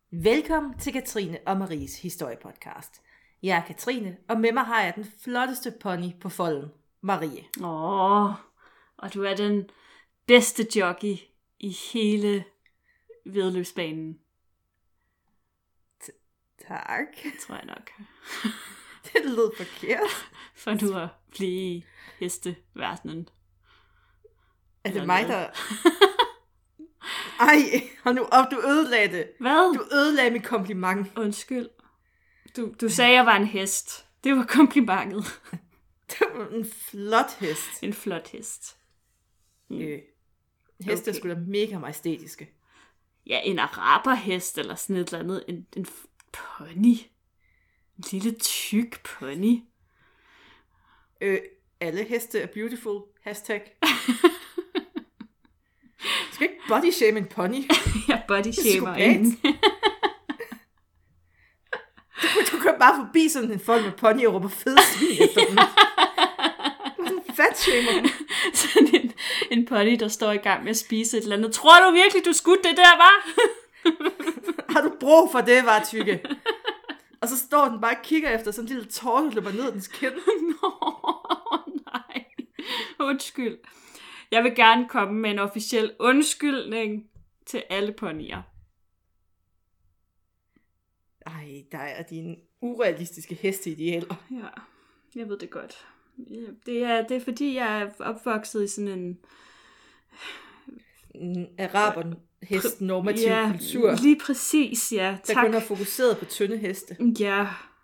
Velkommen til Katrine og Maries historiepodcast. Jeg er Katrine, og med mig har jeg den flotteste pony på folden, Marie. Og du er den bedste jockey i hele væddeløbsbanen. Tak. Tror jeg nok. Det lød forkert. For nu at blive i hesteverdenen. Er det mig, der... Ej, hold nu op, du ødelagde det. Hvad? Du ødelagde mit kompliment. Undskyld. Du sagde, jeg var en hest. Det var komplimentet. Det var en flot hest. En flot hest. Heste er sgu da mega majestætiske. Ja, en araberhest eller sådan et eller andet. En pony. En lille tyk pony. Alle heste er beautiful. Hashtag. Du skal ikke body shame en pony. Jeg body shamer ingen. Du kører bare forbi sådan en folk med pony og råber fede svin efter den. Fat shamer den. Sådan en pony, der står i gang med at spise et eller andet. Tror du virkelig, du skudte det der, var? Har du brug for det, var tykke? Og så står den bare og kigger efter sådan en lille tårer, der løber ned ad dens kind. Nej. Undskyld. Jeg vil gerne komme med en officiel undskyldning til alle ponyer. Ej, der er dine urealistiske hesteidealer. Ja, jeg ved det godt. Det er fordi, jeg er opvokset i sådan en... Araber-hest-normativ kultur. Lige præcis, ja. Tak. Der kun er fokuseret på tynde heste. Ja.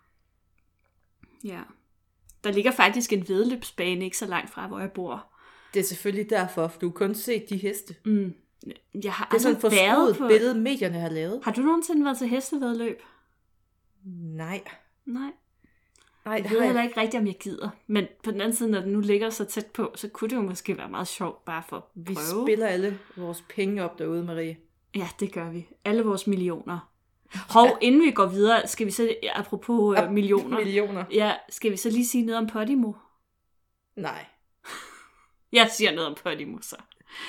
Der ligger faktisk en væddeløbsbane ikke så langt fra, hvor jeg bor. Det er selvfølgelig derfor, for du har kun set de heste. Jeg har det er sådan et forskruet billede, medierne har lavet. Har du nogensinde været til hestevæddeløb? Nej, jeg ved heller ikke rigtigt, om jeg gider. Men på den anden side, når den nu ligger så tæt på, så kunne det jo måske være meget sjovt bare for at prøve. Vi spiller alle vores penge op derude, Marie. Ja, det gør vi. Alle vores millioner. Inden vi går videre, skal vi så, apropos millioner. Ja, skal vi så lige sige noget om Podimo? Nej. Jeg siger noget om Podimo, så.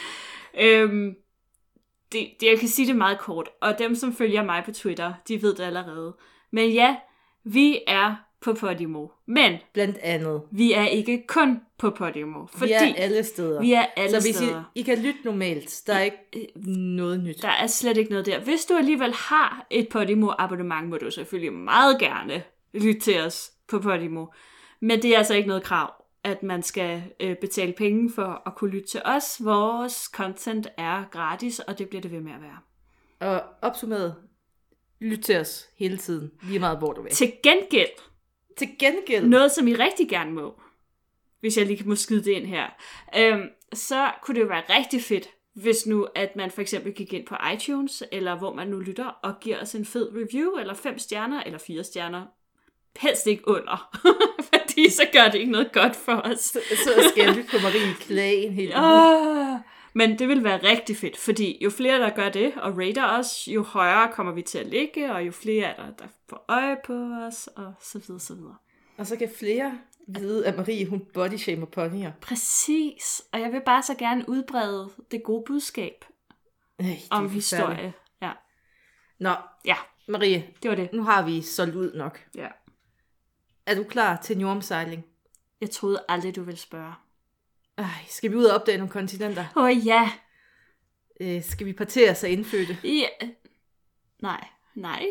Jeg kan sige det meget kort, og dem, som følger mig på Twitter, de ved det allerede. Men ja, vi er på Podimo. Men blandt andet. Vi er ikke kun på Podimo. Fordi vi er alle steder. Vi er alle så steder. I kan lytte normalt. Der er ikke noget nyt. Der er slet ikke noget der. Hvis du alligevel har et Podimo-abonnement, må du selvfølgelig meget gerne lytte til os på Podimo. Men det er altså ikke noget krav, at man skal betale penge for at kunne lytte til os. Vores content er gratis, og det bliver det ved med at være. Og opsummeret, lyt til os hele tiden, lige meget hvor du vil. Til gengæld. Noget, som I rigtig gerne må, hvis jeg lige må skyde det ind her, så kunne det jo være rigtig fedt, hvis nu, at man for eksempel gik ind på iTunes, eller hvor man nu lytter, og giver os en fed review, eller 5 stjerner, eller 4 stjerner. Helst ikke under, fordi så gør det ikke noget godt for os. Så skal jeg lytte på Marie klage en hel uge. Men det vil være rigtig fedt, fordi jo flere der gør det og rater os, jo højere kommer vi til at ligge, og jo flere er der får øje på os, og så videre, så videre. Og så kan flere vide, at Marie, hun bodyshamer ponyer. Præcis, og jeg vil bare så gerne udbrede det gode budskab om historie. Ja. Nå, ja. Marie, det var det. Nu har vi solgt ud nok. Ja. Er du klar til en jordomsejling? Jeg troede aldrig, du ville spørge. Skal vi ud og opdage nogle kontinenter? Ja. Skal vi partere sig indfødte? Ja. Nej.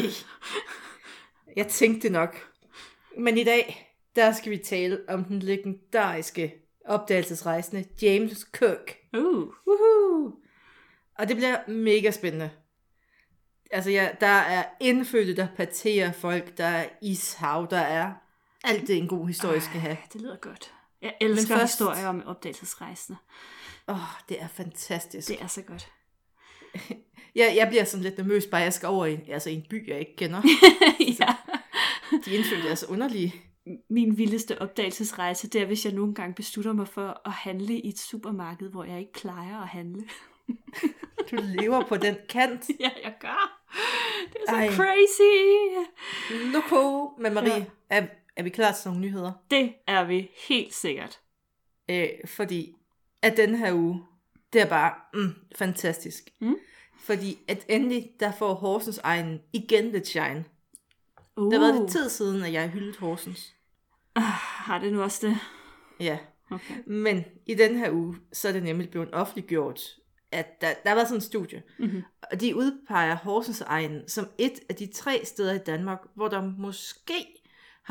Jeg tænkte det nok. Men i dag, der skal vi tale om den legendariske opdagelsesrejsende James Cook. Woohoo! Og det bliver mega spændende. Altså der er indfødte, der parterer folk, der er ishav, der er alt det en god historie skal have. Det lyder godt. Jeg elsker historier om opdagelsesrejsende. Det er fantastisk. Det er så godt. Jeg bliver sådan lidt nervøs, bare jeg skal over i en by, jeg ikke kender. Ja. De indfødte er så underlige. Min vildeste opdagelsesrejse, det er, hvis jeg nogle gange beslutter mig for at handle i et supermarked, hvor jeg ikke plejer at handle. Du lever på den kant. Ja, jeg gør. Det er så crazy. Loco. Men Marie, er vi klar til nogle nyheder? Det er vi helt sikkert. Fordi at den her uge, det er bare fantastisk. Fordi at endelig, der får Horsens egen igen lidt shine. Det har været lidt tid siden, at jeg hyldede Horsens. Har det nu også det? Ja. Okay. Men i den her uge, så er det nemlig blevet offentliggjort, at der har været sådan en studie. Mm-hmm. Og de udpeger Horsens egen som et af de 3 steder i Danmark, hvor der måske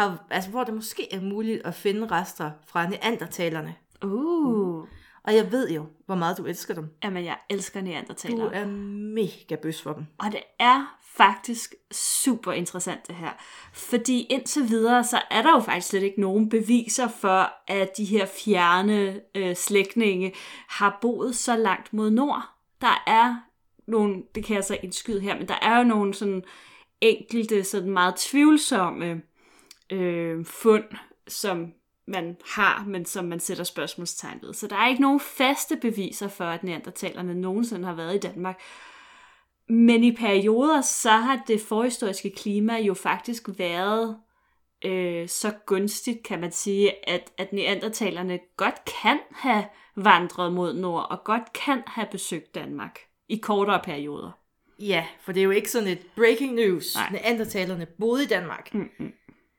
er muligt at finde rester fra neandertalerne. Og jeg ved jo, hvor meget du elsker dem. Jamen, jeg elsker neandertalere. Du er mega bøs for dem. Og det er faktisk super interessant det her. Fordi indtil videre, så er der jo faktisk slet ikke nogen beviser for, at de her fjerne slægtninge har boet så langt mod nord. Der er nogle, det kan jeg så indskyde her, men der er jo nogle sådan enkelte, sådan meget tvivlsomme fund, som man har, men som man sætter spørgsmålstegn ved. Så der er ikke nogen faste beviser for, at neandertalerne nogensinde har været i Danmark. Men i perioder, så har det forhistoriske klima jo faktisk været så gunstigt, kan man sige, at neandertalerne godt kan have vandret mod nord, og godt kan have besøgt Danmark i kortere perioder. Ja, for det er jo ikke sådan et breaking news. Nej. Neandertalerne boede i Danmark. Mm-hmm.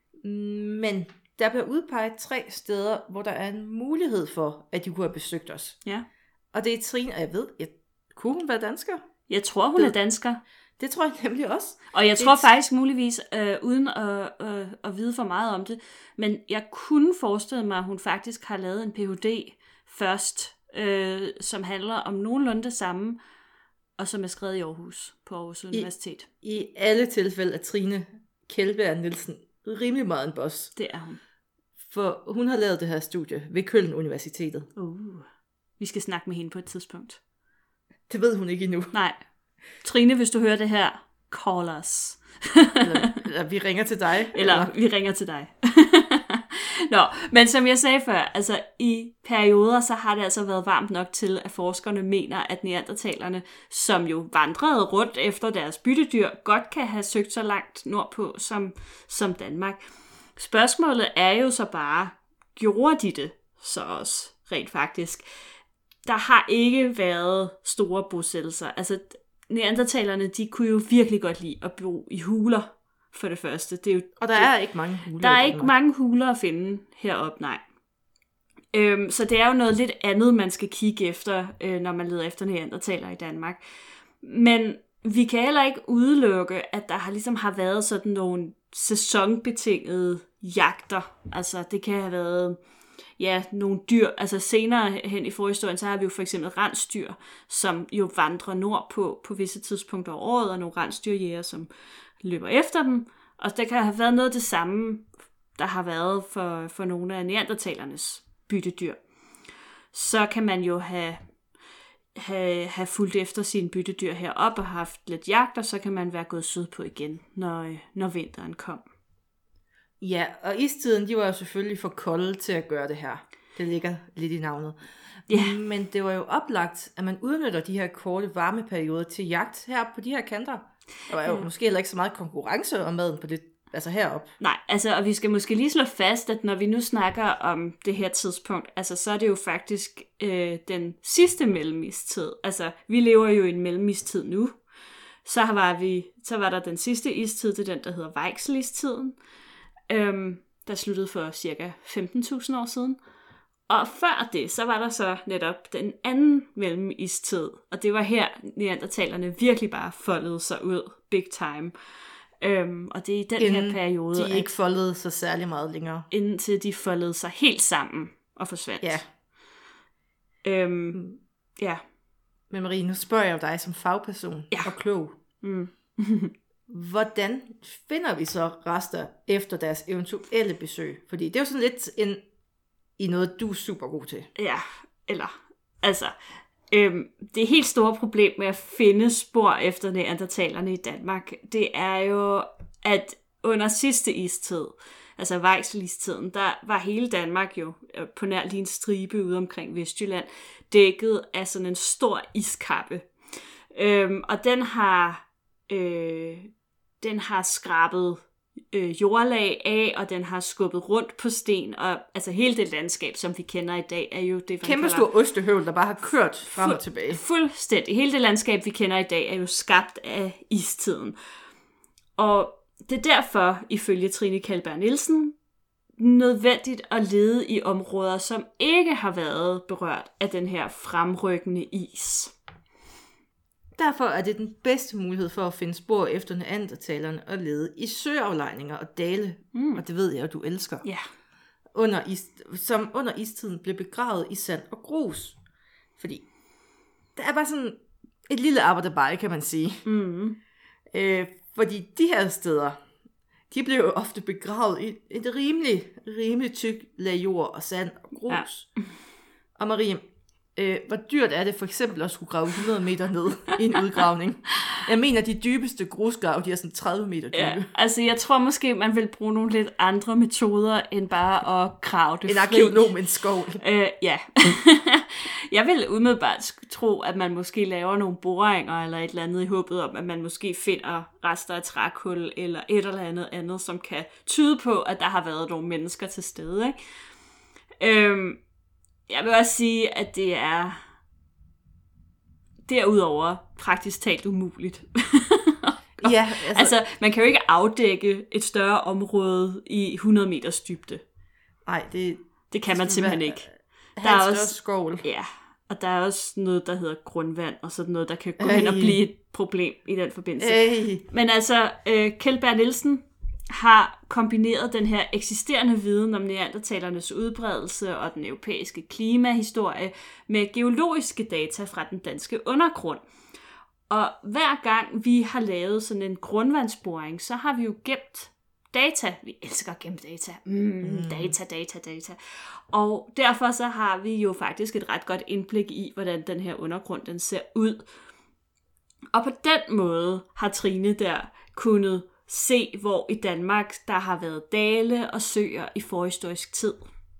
Men der bliver udpeget 3 steder, hvor der er en mulighed for, at de kunne have besøgt os. Ja. Og det er Trine, og jeg ved, kunne hun være dansker? Jeg tror, hun er dansker. Det tror jeg nemlig også. Og jeg tror faktisk muligvis, uden at vide for meget om det, men jeg kunne forestille mig, at hun faktisk har lavet en Ph.D. først, som handler om nogenlunde det samme, og som er skrevet i Aarhus, på Aarhus Universitet. I alle tilfælde er Trine Kjeldberg Nielsen rimelig meget en boss. Det er hun. For hun har lavet det her studie ved Køln Universitetet. Vi skal snakke med hende på et tidspunkt. Det ved hun ikke endnu. Nej. Trine, hvis du hører det her, call us. eller vi ringer til dig. Eller vi ringer til dig. Nå, men som jeg sagde før, altså i perioder, så har det altså været varmt nok til, at forskerne mener, at neandertalerne, som jo vandrede rundt efter deres byttedyr, godt kan have søgt så langt nordpå som Danmark. Spørgsmålet er jo så bare, gjorde de det så også rent faktisk? Der har ikke været store bosættelser. Altså, neandertalerne, de kunne jo virkelig godt lide at bo i huler, for det første. Det er jo, og der er ikke mange huler. Der er ikke mange huler at finde heroppe, nej. Så det er jo noget lidt andet, man skal kigge efter, når man leder efter neandertalere i Danmark. Men vi kan heller ikke udelukke, at der ligesom har været sådan nogle sæsonbetingede jagter. Altså, det kan have været nogle dyr. Altså senere hen i forhistorien, så har vi jo for eksempel rensdyr, som jo vandrer nordpå på visse tidspunkter af året, og nogle rensdyrjæger, som løber efter dem. Og der kan have været noget af det samme, der har været for nogle af neandertalernes byttedyr. Så kan man jo have fulgt efter sine byttedyr herop og haft lidt jagt, og så kan man være gået sydpå igen, når vinteren kom. Ja, og istiden, de var jo selvfølgelig for kolde til at gøre det her. Det ligger lidt i navnet. Yeah. Men det var jo oplagt, at man udnytter de her korte varmeperioder til jagt her på de her kanter. Der var jo måske heller ikke så meget konkurrence om maden på det, altså heroppe. Nej, altså, og vi skal måske lige slå fast, at når vi nu snakker om det her tidspunkt, altså så er det jo faktisk den sidste mellemistid. Altså, vi lever jo i en mellemistid nu. Så var der den sidste istid, det er den, der hedder Weichselistiden. Der sluttede for cirka 15.000 år siden. Og før det, så var der så netop den anden mellemistid. Og det var her, neandertalerne virkelig bare foldede sig ud big time. Og det er i den her periode, de ikke foldede sig særlig meget længere. Indtil de foldede sig helt sammen og forsvandt. Ja. Ja. Men Marie, nu spørger jeg jo dig som fagperson og klog. Hvordan finder vi så rester efter deres eventuelle besøg? Fordi det er jo sådan lidt i noget, du er super god til. Ja, det helt store problem med at finde spor efter neandertalerne i Danmark, det er jo, at under sidste istid, altså Weichselistiden, der var hele Danmark jo på nær lige en stribe ude omkring Vestjylland, dækket af sådan en stor iskappe. Og den har skrabet jordlag af, og den har skubbet rundt på sten, og altså hele det landskab, som vi kender i dag, er jo det, kæmpe stor ostehøvl, der bare har kørt frem og tilbage. Fuldstændig. Hele det landskab, vi kender i dag, er jo skabt af istiden. Og det er derfor, ifølge Trine Kjeldberg Nielsen, nødvendigt at lede i områder, som ikke har været berørt af den her fremrykkende is. Derfor er det den bedste mulighed for at finde spor efter neandertalerne og lede i søaflejninger og dale, og det ved jeg, at du elsker, som under istiden blev begravet i sand og grus. Fordi der er bare sådan et lille arbejderbej, kan man sige. Fordi de her steder, de blev jo ofte begravet i et rimelig tyk lag jord og sand og grus. Ja. Og Marie, hvor dyrt er det for eksempel at skulle grave 100 meter ned i en udgravning? Jeg mener, de dybeste grusgrave, de er sådan 30 meter dybe. Ja, altså jeg tror måske, man vil bruge nogle lidt andre metoder, end bare at grave det fri. En arkeolog med en skovl. Ja. Jeg vil umiddelbart tro, at man måske laver nogle boringer eller et eller andet i håbet om, at man måske finder rester af trækul eller et eller andet, som kan tyde på, at der har været nogle mennesker til stede. Ikke? Jeg vil også sige, at det er derudover praktisk talt umuligt. Ja, altså, man kan jo ikke afdække et større område i 100 meters dybde. Nej, det kan man simpelthen ikke. Der er også skovl. Ja, og der er også noget, der hedder grundvand, og sådan noget, der kan gå hen og blive et problem i den forbindelse. Men altså, Kjeldberg Nielsen har kombineret den her eksisterende viden om neandertalernes udbredelse og den europæiske klimahistorie med geologiske data fra den danske undergrund. Og hver gang vi har lavet sådan en grundvandsboring, så har vi jo gemt data. Vi elsker at gemme data. Data. Og derfor så har vi jo faktisk et ret godt indblik i, hvordan den her undergrund den ser ud. Og på den måde har Trine der kunnet se, hvor i Danmark der har været dale og søer i forhistorisk tid.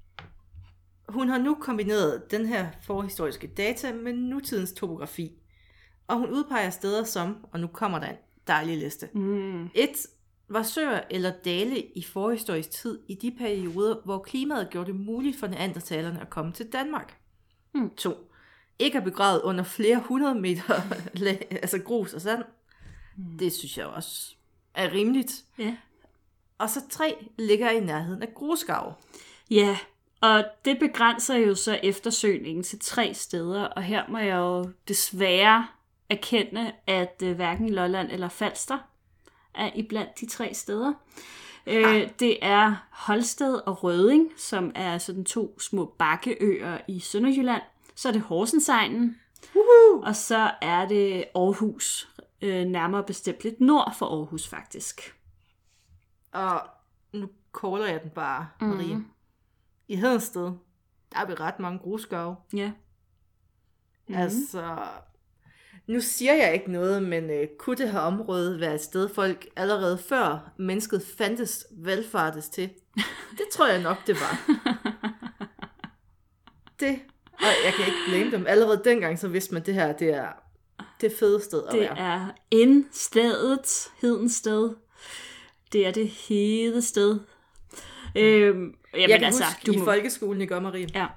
Hun har nu kombineret den her forhistoriske data med nutidens topografi. Og hun udpeger steder som, og nu kommer der en dejlig liste. 1. Var søer eller dale i forhistorisk tid i de perioder, hvor klimaet gjorde det muligt for neandertalerne at komme til Danmark. 2. Ikke er begravet under flere 100 meter altså grus og sand. Det synes jeg også er rimeligt. Ja. Og så 3 ligger i nærheden af grusgrave. Ja, og det begrænser jo så eftersøgningen til 3 steder, og her må jeg jo desværre erkende, at hverken Lolland eller Falster er iblandt de 3 steder. Det er Holsted og Rødding, som er sådan 2 små bakkeøer i Sønderjylland. Så er det Horsensegnen, og så er det Aarhus, nærmere bestemt lidt nord for Aarhus faktisk. Og nu caller jeg den bare, Marie. I Hedensted, der er vi ret mange grusgrave. Ja. Altså, nu siger jeg ikke noget, men kunne det her område være et sted, folk allerede før mennesket fandtes valfartes til? Det tror jeg nok, det var. Og jeg kan ikke blame dem. Allerede dengang, så vidste man, det her, det er det fede sted at være. Det er N-stedet, Hedensted. Det er det hede sted. Jeg kan huske i folkeskolen, ikke, Marie? Ja.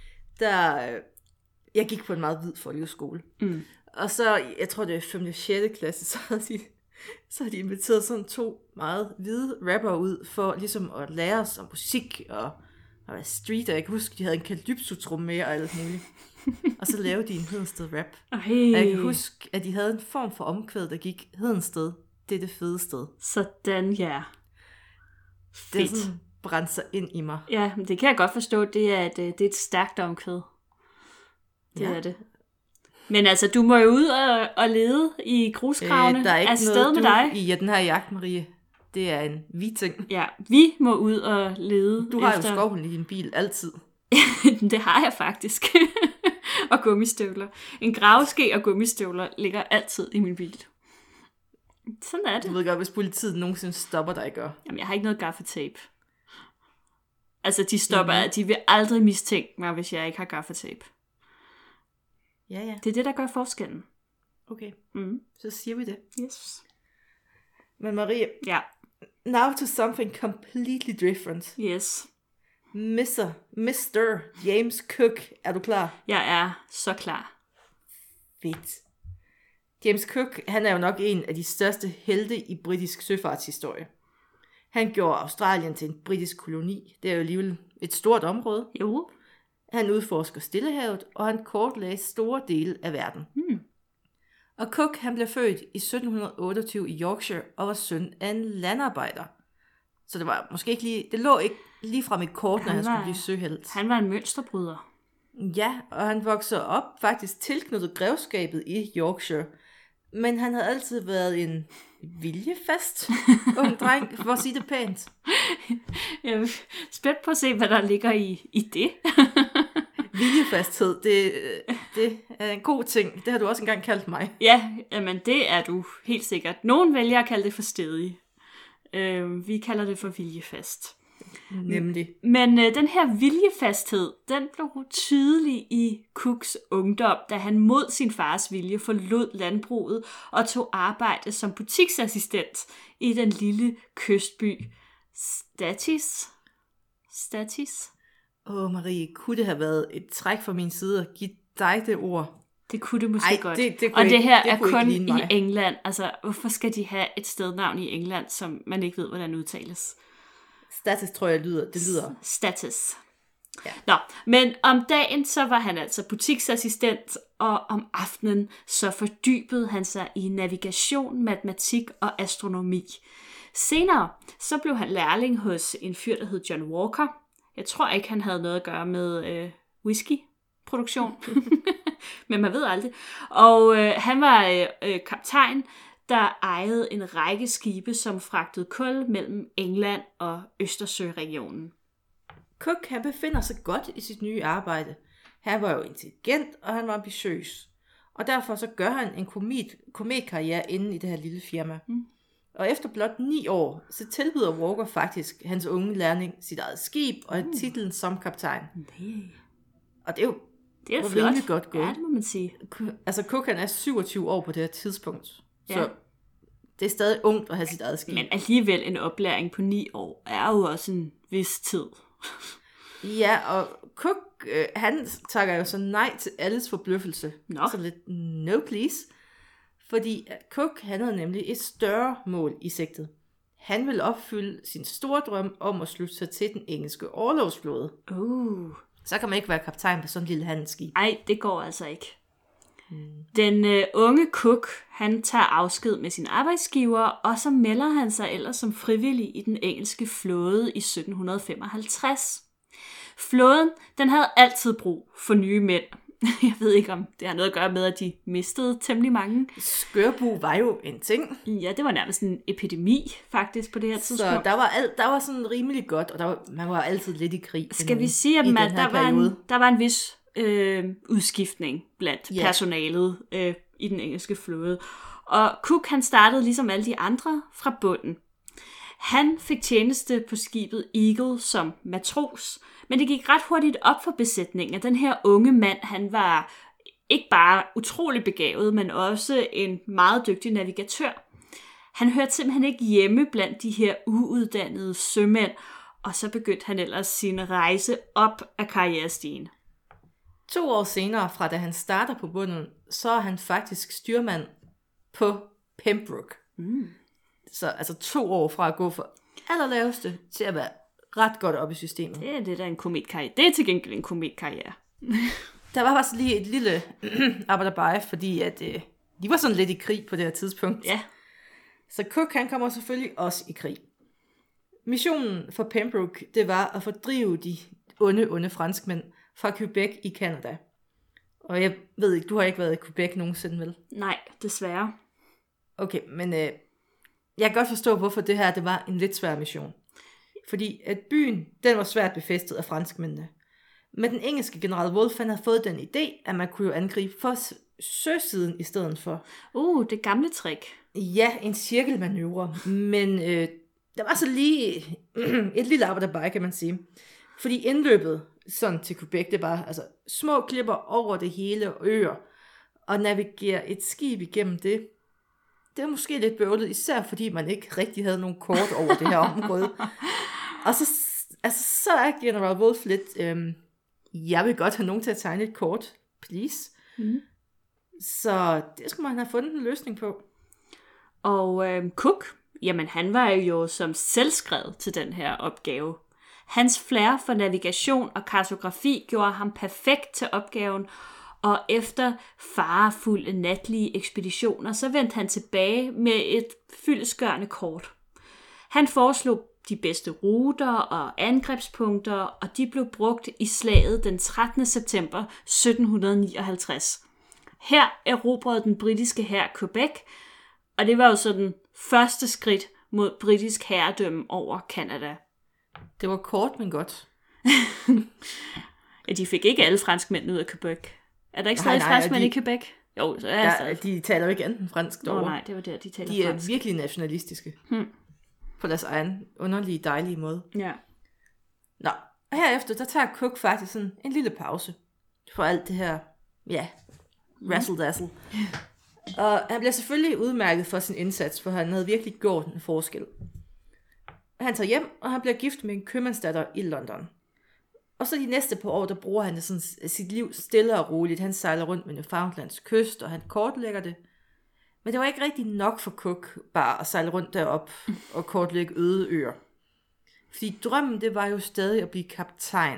Jeg gik på en meget hvid folkeskole. Og så, jeg tror det er 5. og 6. klasse, så har de inviteret sådan 2 meget hvide rapper ud, for ligesom at lære os om musik og street, og jeg kan huske, de havde en Calypso-trum med og alt muligt. Og så lavede de en Hedensted rap. Og jeg kan huske, at de havde en form for omkvæd, der gik Hedensted. Det er det fede sted. Sådan, ja. Fedt. Det sådan brændte sig ind i mig. Ja, men det kan jeg godt forstå. Det er et stærkt omkvæd. Det er det. Men altså, du må jo ud og lede i grusgravene. Der er ikke noget med dig i den her jagt, Marie. Det er en vi-ting. Ja, vi må ud og lede. Du har jo skovlen i din bil altid. Det har jeg faktisk. Og gummistøvler. En graveske og gummistøvler ligger altid i min bil. Sådan er det. Du ved godt, hvis politiet nogensinde stopper dig, gør. Jamen, jeg har ikke noget gaffatape. Altså, de stopper, de vil aldrig mistænke mig, hvis jeg ikke har gaffatape. Ja. Det er det, der gør forskellen. Okay, så siger vi det. Yes. Men Marie, ja. Now to something completely different. Yes. Mr. James Cook. Er du klar? Jeg er så klar. Fedt. James Cook, han er jo nok en af de største helte i britisk søfartshistorie. Han gjorde Australien til en britisk koloni. Det er jo alligevel et stort område. Jo. Han udforsker Stillehavet, og han kortlagde store dele af verden. Og Cook, han blev født i 1728 i Yorkshire og var søn af en landarbejder. Så det var måske ikke lige, det lå ikke lige frem i kort, når han skulle blive søhelt. Han var en mønsterbryder. Ja, og han voksede op faktisk tilknyttet grevskabet i Yorkshire. Men han havde altid været en viljefast ung dreng, for at sige det pænt. Jeg er spændt på at se, hvad der ligger i det. Viljefasthed, det er en god ting. Det har du også engang kaldt mig. Ja, men det er du helt sikkert. Nogen vælger at kalde det for stædig. Vi kalder det for viljefast. Nemlig. Men den her viljefasthed, den blev tydelig i Cooks ungdom, da han mod sin fars vilje forlod landbruget og tog arbejde som butiksassistent i den lille kystby Stathis. Marie, kunne det have været et træk fra min side at give dig det ord? Det kunne det måske godt. Det og det her er kun i England. Altså, hvorfor skal de have et stednavn i England, som man ikke ved, hvordan udtales? Status, tror jeg, det lyder. Status. Ja. Nå, men om dagen, så var han altså butiksassistent, og om aftenen, så fordybede han sig i navigation, matematik og astronomi. Senere, så blev han lærling hos en fyr, der hed John Walker. Jeg tror ikke, han havde noget at gøre med whiskyproduktion, men man ved aldrig. Og han var kaptajn, der ejede en række skibe, som fragtede kul mellem England og Østersøregionen. Cook, han befinder sig godt i sit nye arbejde. Han var jo intelligent, og han var ambitiøs. Og derfor så gør han en kometkarriere inde i det her lille firma. Og efter blot 9 år, så tilbyder Walker faktisk hans unge lærling sit eget skib og titlen som kaptajn. Og det er jo rimelig godt gået. Ja, det må man sige. Altså Cook, han er 27 år på det her tidspunkt. Så det er stadig ungt at have sit eget skib. Men alligevel en oplæring på 9 år er jo også en vis tid. Ja, og Cook, han takker jo så nej til alles forbløffelse. Så lidt no please. Fordi Cook, han havde nemlig et større mål i sigtet. Han ville opfylde sin store drøm om at slutte sig til den engelske orlogsflåde. Så kan man ikke være kaptajn på sådan en lille handelsskib. Nej, det går altså ikke. Den unge Cook, han tager afsked med sin arbejdsgiver, og så melder han sig ellers som frivillig i den engelske flåde i 1755. Flåden, den havde altid brug for nye mænd. Jeg ved ikke, om det har noget at gøre med, at de mistede temmelig mange. Skørbu var jo en ting. Ja, det var nærmest en epidemi, faktisk, på det her tidspunkt. Så der var sådan rimelig godt, og man var altid lidt i krig. Skal vi sige, at der var en vis udskiftning blandt personalet i den engelske flåde. Og Cook, han startede ligesom alle de andre fra bunden. Han fik tjeneste på skibet Eagle som matros, men det gik ret hurtigt op for besætningen, at den her unge mand, han var ikke bare utrolig begavet, men også en meget dygtig navigatør. Han hørte simpelthen ikke hjemme blandt de her uuddannede sømænd, og så begyndte han ellers sin rejse op ad karrierestigen. 2 år senere, fra da han starter på bunden, så er han faktisk styrmand på Pembroke. Så altså 2 år fra at gå fra allerlaveste til at være ret godt oppe i systemet. Det er det der en kometkarriere. Det er til gengæld en kometkarriere. Der var faktisk lige et lille arbejderbej, fordi at de var sådan lidt i krig på det her tidspunkt. Ja. Så Cook, han kommer selvfølgelig også i krig. Missionen for Pembroke, det var at fordrive de onde franskmænd fra Quebec i Canada. Og jeg ved ikke, du har ikke været i Quebec nogensinde, vel? Nej, desværre. Okay, men jeg kan godt forstå, hvorfor det her det var en lidt svær mission. Fordi at byen, den var svært befæstet af franskmændene. Men den engelske general Wolfe, han havde fået den idé, at man kunne jo angribe for søsiden i stedet for. Det gamle trick. Ja, en cirkelmanøvre. Men der var så lige et lille arbejderbej, kan man sige. Fordi indløbet sådan til Quebec, det var altså små klipper over det hele og øer. Og navigere et skib igennem det det er måske lidt bøvlet, især fordi man ikke rigtig havde nogen kort over det her område. Og så er General Wolf lidt, jeg vil godt have nogen til at tegne et kort, please. Så det skulle man have fundet en løsning på. Og Cook, jamen han var jo som selvskrevet til den her opgave. Hans flair for navigation og kartografi gjorde ham perfekt til opgaven, og efter farefulde natlige ekspeditioner, så vendte han tilbage med et fyldestgørende kort. Han foreslog de bedste ruter og angrebspunkter, og de blev brugt i slaget den 13. september 1759. Her erobrede den britiske hær Quebec, og det var jo sådan første skridt mod britisk herredømme over Canada. Det var kort, men godt. Ja, de fik ikke alle franskmænd ud af Quebec. Er der ikke stadig franskmænd i Quebec? Jo, så er der, de taler jo ikke enten fransk derovre. Nej, det var der, de taler fransk. fransk. De er virkelig nationalistiske. På deres egen underlige, dejlige måde. Ja. Nå, herefter, der tager Cook faktisk sådan en lille pause for alt det her, razzle-dazzle. Og han bliver selvfølgelig udmærket for sin indsats, for han havde virkelig gjort en forskel. Han tager hjem, og han bliver gift med en købmandsdatter i London. Og så de næste par år, der bruger han det sådan, sit liv stille og roligt. Han sejler rundt med Newfoundlands kyst, og han kortlægger det. Men det var ikke rigtig nok for Cook bare at sejle rundt derop og kortlægge øde øer. Fordi drømmen, det var jo stadig at blive kaptajn.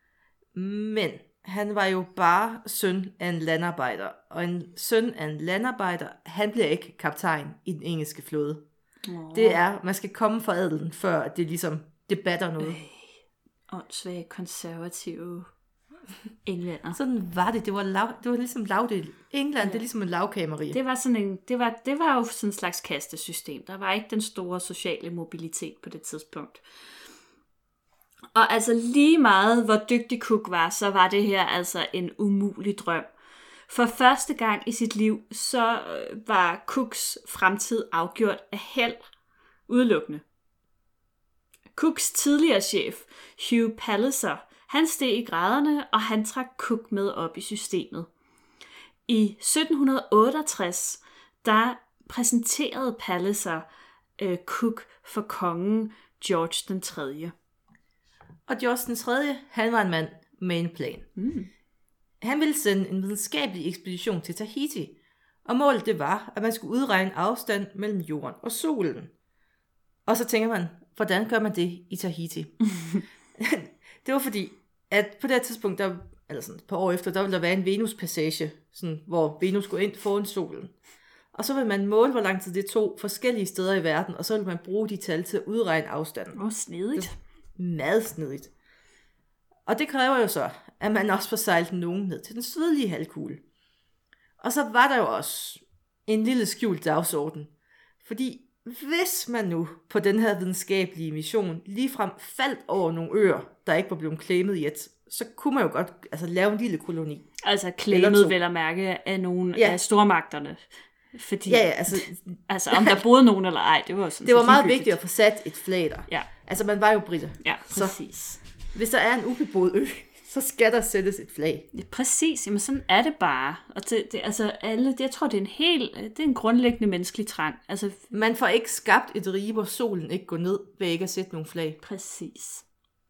Men han var jo bare søn af en landarbejder. Og en søn af en landarbejder, han bliver ikke kaptajn i den engelske flåde. Det er, man skal komme fra adelen, før det ligesom debatter noget. Åndssvage, konservative englænder. Sådan var det. Det var ligesom lavdel. England, det er ligesom en lavkameri. Det var jo sådan en slags kastesystem. Der var ikke den store sociale mobilitet på det tidspunkt. Og altså lige meget, hvor dygtig Cook var, så var det her altså en umulig drøm. For første gang i sit liv, så var Cooks fremtid afgjort af held udelukkende. Cooks tidligere chef, Hugh Palliser, han steg i graderne, og han trak Cook med op i systemet. I 1768, der præsenterede Palliser Cook for kongen George den 3. Og George den 3., han var en mand med en plan. Han ville sende en videnskabelig ekspedition til Tahiti, og målet det var, at man skulle udregne afstand mellem jorden og solen. Og så tænker man, hvordan gør man det i Tahiti? Det var fordi, at på det tidspunkt, eller sådan et par år efter, der ville der være en Venus-passage, sådan, hvor Venus går ind foran solen. Og så vil man måle, hvor lang tid det tog forskellige steder i verden, og så vil man bruge de tal til at udregne afstanden. Snedigt. Meget snedigt. Og det kræver jo så, at man også får sejlet nogen ned til den sydlige halvkugle. Og så var der jo også en lille skjult dagsorden. Fordi hvis man nu på den her videnskabelige mission ligefrem faldt over nogle øer, der ikke var blevet claimet i et, så kunne man jo godt lave en lille koloni. Altså claimet vel at mærke af nogle af stormagterne. Fordi, altså om der boede nogen eller ej, det var sådan. Det var meget vigtigt at få sat et flag der. Ja. Altså man var jo britter. Ja, præcis. Så, hvis der er en ubeboet ø, så skal der sættes et flag. Ja, præcis, jamen sådan er det bare. Og jeg tror, det er en grundlæggende menneskelig trang. Altså, man får ikke skabt et rige, hvor solen ikke går ned, ved ikke at sætte nogle flag. Præcis.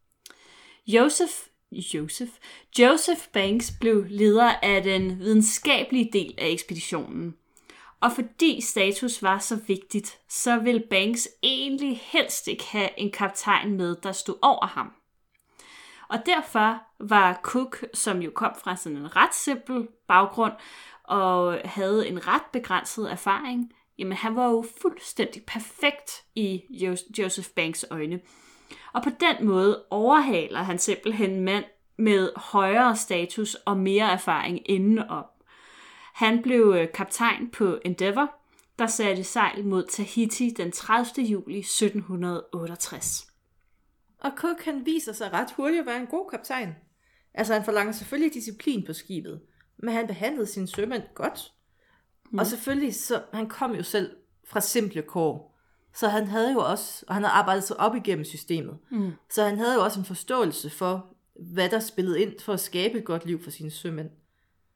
Joseph Banks blev leder af den videnskabelige del af ekspeditionen. Og fordi status var så vigtigt, så ville Banks egentlig helst ikke have en kaptajn med, der stod over ham. Og derfor var Cook, som jo kom fra sådan en ret simpel baggrund, og havde en ret begrænset erfaring, jamen han var jo fuldstændig perfekt i Joseph Banks øjne. Og på den måde overhaler han simpelthen en mand med højere status og mere erfaring indenom. Han blev kaptajn på Endeavour, der satte sejl mod Tahiti den 30. juli 1768. Og Cook han viser sig ret hurtigt at være en god kaptajn. Altså han forlanger selvfølgelig disciplin på skibet, men han behandlede sine sømænd godt. Og selvfølgelig, så han kom jo selv fra simple kår. Så han havde jo også, og han havde arbejdet sig op igennem systemet. Så han havde jo også en forståelse for, hvad der spillede ind for at skabe et godt liv for sine sømænd.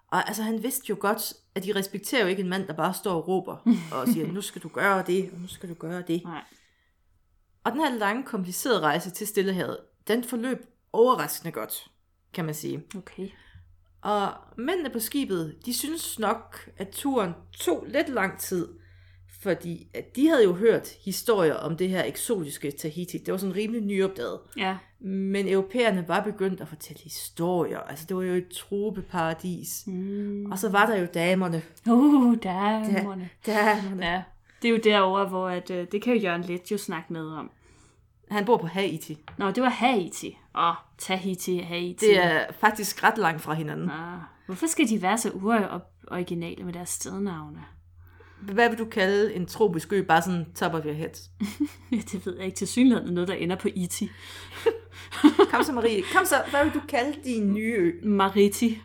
Og altså, han vidste jo godt, at de respekterer jo ikke en mand, der bare står og råber og siger, nu skal du gøre det, og nu skal du gøre det. Nej. Og den her lange, komplicerede rejse til Stillehavet, den forløb overraskende godt, kan man sige. Okay. Og mændene på skibet, de synes nok, at turen tog lidt lang tid, fordi at de havde jo hørt historier om det her eksotiske Tahiti. Det var sådan rimelig nyopdaget. Ja. Men europæerne var begyndt at fortælle historier. Altså, det var jo et tropeparadis. Og så var der jo damerne. Damerne. Damerne. Ja. Det er jo derovre, hvor det kan jo Jørgen Let jo snakke med om. Han bor på Haiti. Nå, det var Haiti. Tahiti, Haiti. Det er faktisk ret langt fra hinanden. Hvorfor skal de være så originale med deres stednavne? Hvad vil du kalde en tropisk ø, bare sådan top of your head? Det ved jeg ikke. Tilsyneladende noget, der ender på Iti. Kom så, Marie. Kom så, hvad vil du kalde din nye ø? Mariti.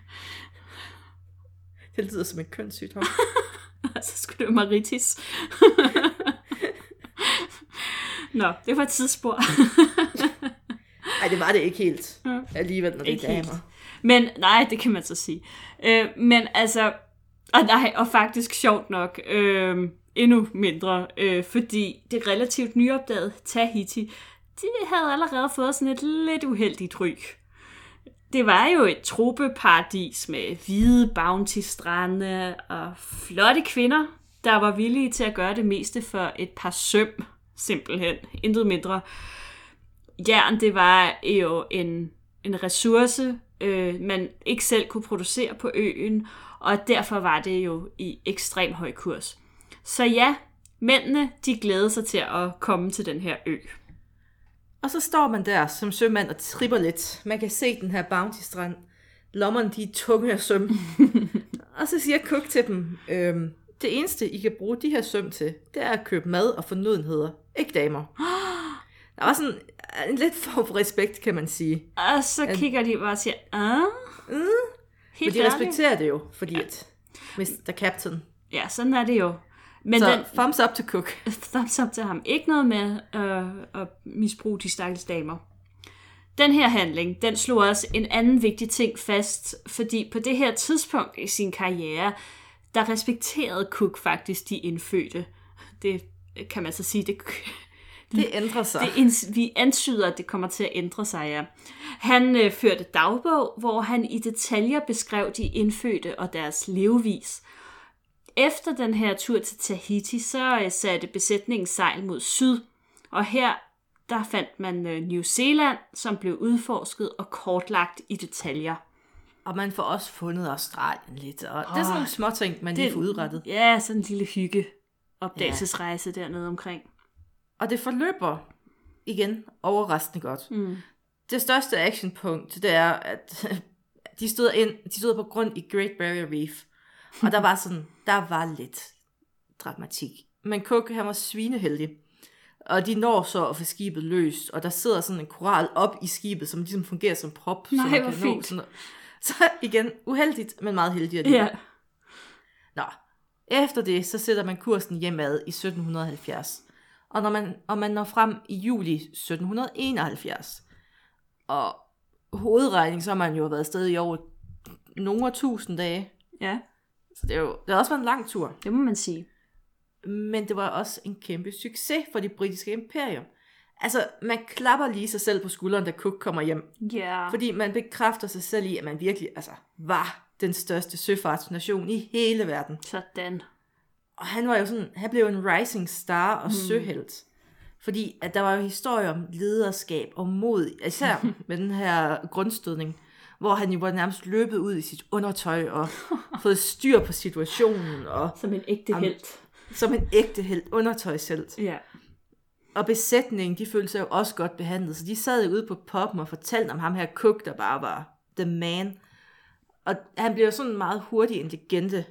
Det lyder som en kønssygdom. Så skulle det jo Maritis. Nå, det var et tidsspor. Nej, det var det ikke helt. Alligevel, når det er damer. Men nej, det kan man så sige. Men altså, og faktisk sjovt nok, endnu mindre, fordi det relativt nyopdagede Tahiti, de havde allerede fået sådan et lidt uheldigt ry. Det var jo et tropeparadis med hvide bounty-strande og flotte kvinder, der var villige til at gøre det meste for et par søm, simpelthen. Intet mindre. Jern, det var jo en ressource, man ikke selv kunne producere på øen, og derfor var det jo i ekstrem høj kurs. Så ja, mændene, de glædede sig til at komme til den her ø. Og så står man der som sømand og tripper lidt. Man kan se den her bounty-strand. Lommerne, de er tunge af søm. Og så siger Cook til dem, det eneste, I kan bruge de her søm til, det er at købe mad og fornødenheder. Ikke damer. Der var sådan en lidt form for respekt, kan man sige. Og så kigger de bare og siger, men de respekterer det jo, fordi at Mr. Captain. Ja, sådan er det jo. Men så thumbs up til Cook. Thumbs up til ham. Ikke noget med at misbruge de stakkels damer. Den her handling, den slog også en anden vigtig ting fast, fordi på det her tidspunkt i sin karriere, der respekterede Cook faktisk de indfødte. Det kan man så sige, det ændrer sig. Vi antyder, at det kommer til at ændre sig, ja. Han førte dagbog, hvor han i detaljer beskrev de indfødte og deres levevis. Efter den her tur til Tahiti, så satte besætningen sejl mod syd. Og her, der fandt man New Zealand, som blev udforsket og kortlagt i detaljer. Og man får også fundet Australien lidt. Og det er sådan nogle småting, man lige får udrettet. Ja, sådan en lille opdagelsesrejse dernede omkring. Og det forløber igen overraskende godt. Det største actionpunkt, det er, at de stod på grund i Great Barrier Reef. Og der var lidt dramatik. Men Cook, han var svineheldig. Og de når så at få skibet løst, og der sidder sådan en koral op i skibet, som ligesom fungerer som prop. Nej, hvor fint. Så igen, uheldigt, men meget heldigt. Ja. Nå, efter det, så sætter man kursen hjemad i 1770. Og man når frem i juli 1771. Og hovedregning, så har man jo været afsted i over nogle 1000 dage. Ja. Så det har også været en lang tur. Det må man sige. Men det var også en kæmpe succes for det britiske imperium. Altså, man klapper lige sig selv på skulderen, da Cook kommer hjem. Yeah. Fordi man bekræfter sig selv i, at man virkelig var den største søfartsnation i hele verden. Sådan. Og han blev en rising star og søhelt. Fordi at der var jo historier om lederskab og mod, især med den her grundstødning, hvor han jo var nærmest løbet ud i sit undertøj og fået styr på situationen. Og, som en ægte helt. Som en ægte helt, undertøjshelt. Ja. Og besætningen, de følte sig jo også godt behandlet, så de sad jo ude på poppen og fortalte om ham her Cook, der bare var the man. Og han blev jo sådan meget hurtig en legende.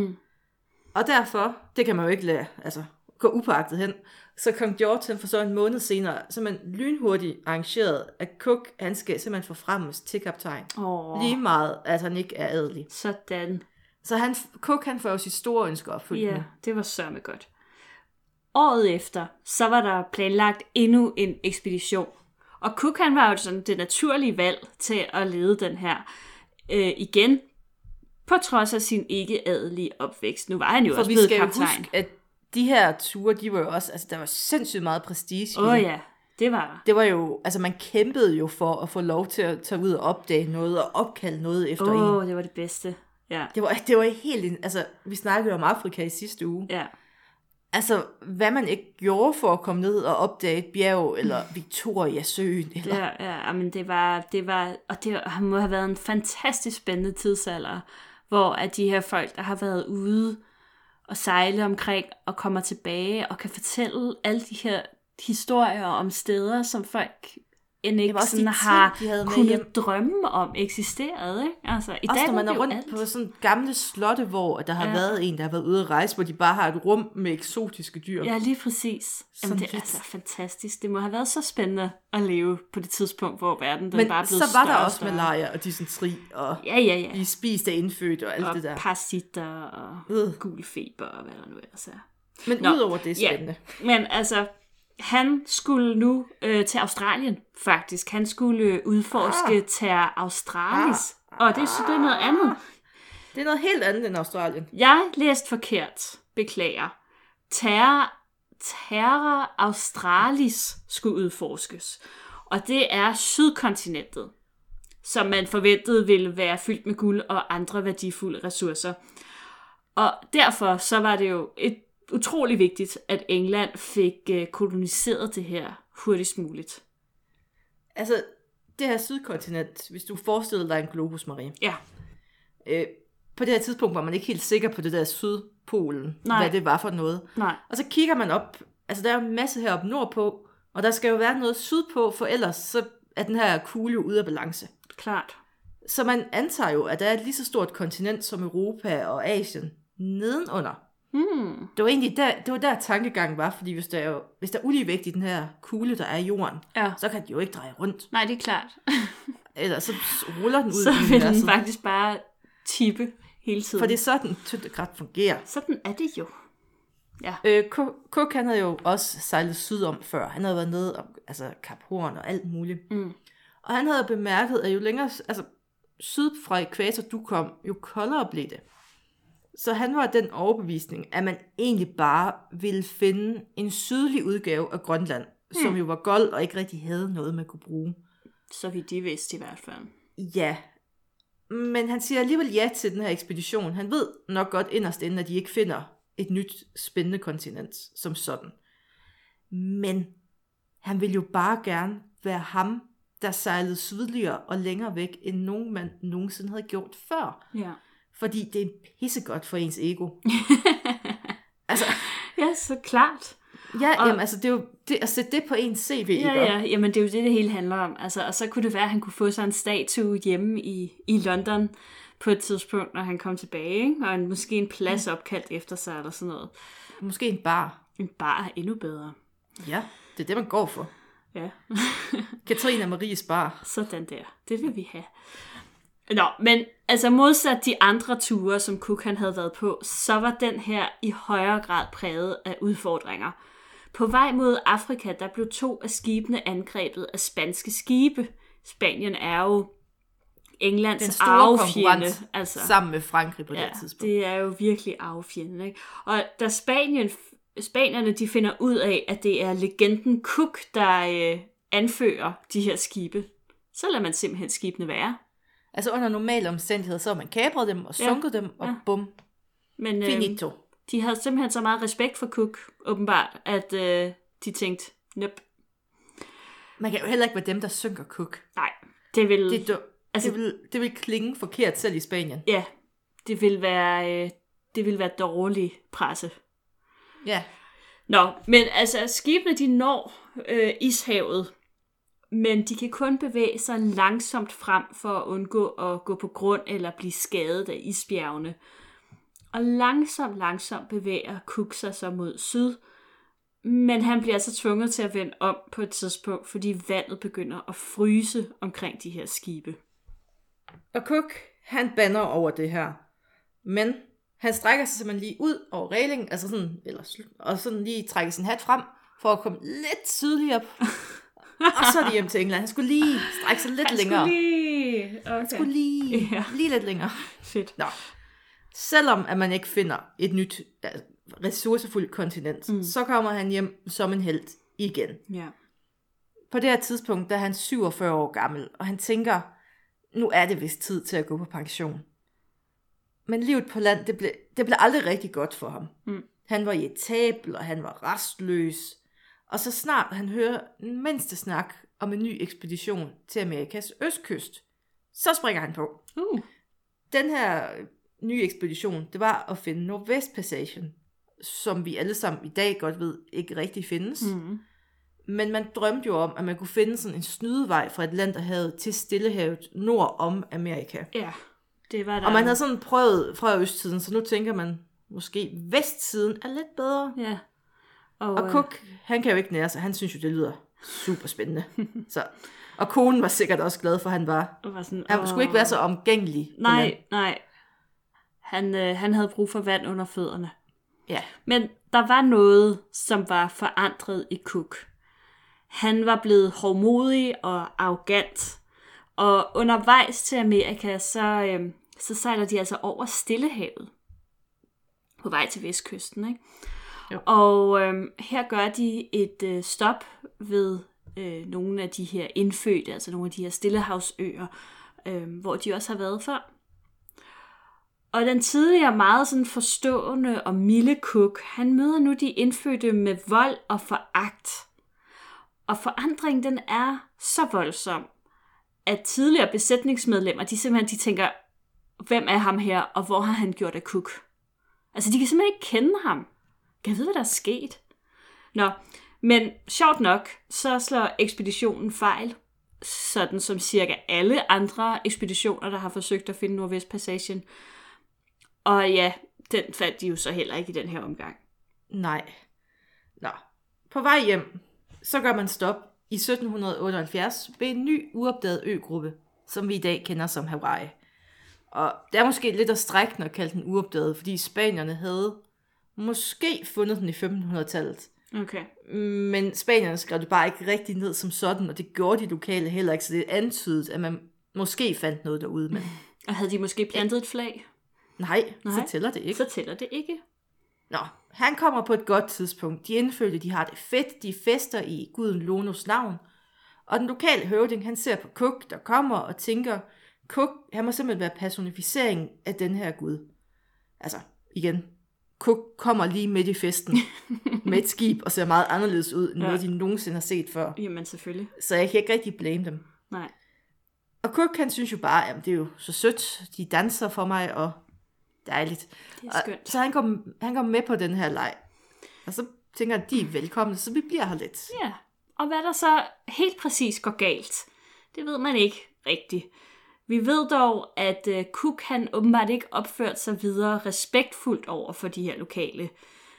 Og derfor, det kan man jo ikke lade gå upåagtet hen, så kong George, han for så en måned senere, så man lynhurtigt arrangeret, at Cook, han skal simpelthen forfremmes til kaptajn. Lige meget, at han ikke er adelig. Sådan. Så Cook, han får jo sit store ønsker opfyldt. Ja, det var sørme godt. Året efter, så var der planlagt endnu en ekspedition. Og Cook, han var jo sådan det naturlige valg til at lede den her. Igen, på trods af sin ikke-adelige opvækst. Nu var han jo også blevet kaptajn. For vi skal huske, at de her ture, de var jo også, altså der var sindssygt meget prestige. Ja, det var der. Det var jo, altså man kæmpede jo for at få lov til at tage ud og opdage noget, og opkalde noget efter en. Det var det bedste. Ja. Det var helt, altså vi snakkede jo om Afrika i sidste uge. Ja. Altså, hvad man ikke gjorde for at komme ned og opdage et bjerg, eller Victoria-søen. Eller... Ja, men det var, og det må have været en fantastisk spændende tidsalder, hvor at de her folk, der har været ude og sejle omkring, og kommer tilbage, og kan fortælle alle de her historier om steder, som folk end ikke sådan har kunnet drømme om eksisterede, ikke? Altså, i også dag når man er rundt på sådan gamle slotte, hvor der har været en, der har været ude at rejse, hvor de bare har et rum med eksotiske dyr. Ja, lige præcis. Jamen, det er altså fantastisk. Det må have været så spændende at leve på det tidspunkt, hvor verden den bare blev større. Men så var der også malaria og dysentri, og de spiste af indfødt og alt og det der. Og parasitter og gul feber og hvad der nu ellers er. Men udover det er spændende. Ja, men altså... Han skulle nu til Australien, faktisk. Han skulle udforske Terra Australis. Og det er noget andet. Det er noget helt andet end Australien. Jeg læste forkert. Beklager. Terra Australis skulle udforskes. Og det er sydkontinentet, som man forventede ville være fyldt med guld og andre værdifulde ressourcer. Og derfor så var det jo et utrolig vigtigt, at England fik koloniseret det her hurtigst muligt. Altså, det her sydkontinent, hvis du forestiller dig en globus, Marie. Ja. På det her tidspunkt var man ikke helt sikker på det der sydpolen, hvad det var for noget. Nej. Og så kigger man op, altså der er en masse heroppe nordpå, og der skal jo være noget sydpå, for ellers så er den her kugle jo ude af balance. Klart. Så man antager jo, at der er et lige så stort kontinent som Europa og Asien nedenunder. Det var egentlig der tankegangen var, fordi hvis der er uligevægt i den her kugle, der er i jorden, så kan den jo ikke dreje rundt. Nej, det er klart. Eller så ruller den ud så vil den faktisk bare tippe hele tiden. For det er sådan, tyngdekraft fungerer. Sådan er det jo. Ja. Cook, han havde jo også sejlet sydom før. Han havde været nede om Kap Horn og alt muligt. Og han havde bemærket, at jo længere syd fra ækvator du kom, jo koldere blev det. Så han var den overbevisning, at man egentlig bare ville finde en sydlig udgave af Grønland, som jo var gold og ikke rigtig havde noget, man kunne bruge. Så vidt de vidste i hvert fald. Ja, men han siger alligevel ja til den her ekspedition. Han ved nok godt inderst inde, at de ikke finder et nyt spændende kontinent som sådan. Men han vil jo bare gerne være ham, der sejlede sydligere og længere væk, end nogen man nogensinde havde gjort før. Ja. Fordi det er pissegodt for ens ego. Ja, så klart. Ja, jamen, det er jo det, at sætte det på ens CV. Ja, jamen det er jo det hele handler om. Og så kunne det være, at han kunne få sig en statue hjemme i London på et tidspunkt, når han kom tilbage. Ikke? Og måske en plads opkaldt efter sig, eller sådan noget. Måske en bar. En bar er endnu bedre. Ja, det er det, man går for. Ja. Katrine og Maries bar. Sådan der. Det vil vi have. Nå, men modsat de andre ture, som Cook han havde været på, så var den her i højere grad præget af udfordringer. På vej mod Afrika, der blev 2 af skibene angrebet af spanske skibe. Spanien er jo Englands arvefjende. Sammen med Frankrig på det tidspunkt. Det er jo virkelig arvefjende, ikke? Og da spanierne de finder ud af, at det er legenden Cook, der anfører de her skibe, så lader man simpelthen skibene være. Under normale omstændigheder, så har man kapret dem og sunket dem, og bum, men, finito. De havde simpelthen så meget respekt for Cook, åbenbart, at de tænkte, nope. Man kan jo heller ikke være dem, der synker Cook. Nej, det vil... Det vil klinge forkert selv i Spanien. Ja, det vil være dårlig presse. Ja. Nå, men skibene de når ishavet, men de kan kun bevæge sig langsomt frem for at undgå at gå på grund eller blive skadet af isbjergene. Og langsomt bevæger Cook sig så mod syd, men han bliver altså tvunget til at vende om på et tidspunkt, fordi vandet begynder at fryse omkring de her skibe. Og Cook, han bander over det her, men han strækker sig simpelthen lige ud over reglingen, og sådan lige trækker sin hat frem, for at komme lidt sydligere op. Og så er det hjem til England. Han skulle lige strække sig lidt længere. Han skulle lige lidt længere. Fedt. Nå. selvom at man ikke finder et nyt ressourcefuldt kontinent, så kommer han hjem som en helt igen. Ja. På det her tidspunkt, der er han 47 år gammel, og han tænker, nu er det vist tid til at gå på pension. Men livet på land, det blev aldrig rigtig godt for ham. Han var irritabel, og han var restløs. Og så snart han hører den mindste snak om en ny ekspedition til Amerikas østkyst, så springer han på. Den her nye ekspedition, det var at finde Nordvestpassagen, som vi alle sammen i dag godt ved ikke rigtig findes. Men man drømte jo om, at man kunne finde sådan en snydevej fra Atlanterhavet til Stillehavet nord om Amerika. Ja, det var der. Og man havde sådan prøvet fra østsiden, så nu tænker man, måske vestsiden er lidt bedre. Ja. Og Cook, han kan jo ikke nære sig. Han synes jo, det lyder super spændende. Og konen var sikkert også glad for, han var. Han skulle ikke være så omgængelig. Nej. Han havde brug for vand under fødderne. Ja. Men der var noget, som var forandret i Cook. Han var blevet hårdmodig og arrogant. Og undervejs til Amerika, så sejler de altså over Stillehavet. På vej til vestkysten, ikke? Jo. Og her gør de et stop ved nogle af de her indfødte, altså nogle af de her stillehavsøer, hvor de også har været før. Og den tidligere meget sådan forstående og milde Cook, han møder nu de indfødte med vold og foragt. Og forandringen, den er så voldsom, at tidligere besætningsmedlemmer, de tænker, hvem er ham her, og hvor har han gjort af Cook? Altså, de kan simpelthen ikke kende ham. Kan jeg vide, hvad der er sket? Nå, men sjovt nok, så slår ekspeditionen fejl, sådan som cirka alle andre ekspeditioner, der har forsøgt at finde Nordvestpassagen. Og ja, den fandt de jo så heller ikke i den her omgang. Nej. Nå, på vej hjem, så gør man stop i 1778 ved en ny uopdaget øgruppe, som vi i dag kender som Hawaii. Og det er måske lidt at strække at kalde den uopdaget, fordi spanierne havde måske fundet den i 1500-tallet. Okay. Men spanierne skrev det bare ikke rigtig ned som sådan, og det gjorde de lokale heller ikke, så det antydet, at man måske fandt noget derude. Men... Og havde de måske plantet et flag? Nej, så tæller det ikke. Så tæller det ikke. Nå, han kommer på et godt tidspunkt. De indfødte, de har det fedt, de fester i guden Lonos navn. Og den lokale høvding, han ser på Cook, der kommer og tænker, Cook, han må simpelthen være personificering af den her gud. Altså, igen, Cook kommer lige midt i festen med et skib og ser meget anderledes ud, end noget de nogensinde har set før. Jamen, selvfølgelig. Så jeg kan ikke rigtig blame dem. Nej. Og Cook, han synes jo bare, at det er jo så sødt, de danser for mig, og dejligt. Det er skønt. Så han kom med på den her leg. Og så tænker han, de er velkomne, så vi bliver her lidt. Ja, og hvad der så helt præcis går galt, det ved man ikke rigtigt. Vi ved dog, at Cook han åbenbart ikke opført sig videre respektfuldt over for de her lokale.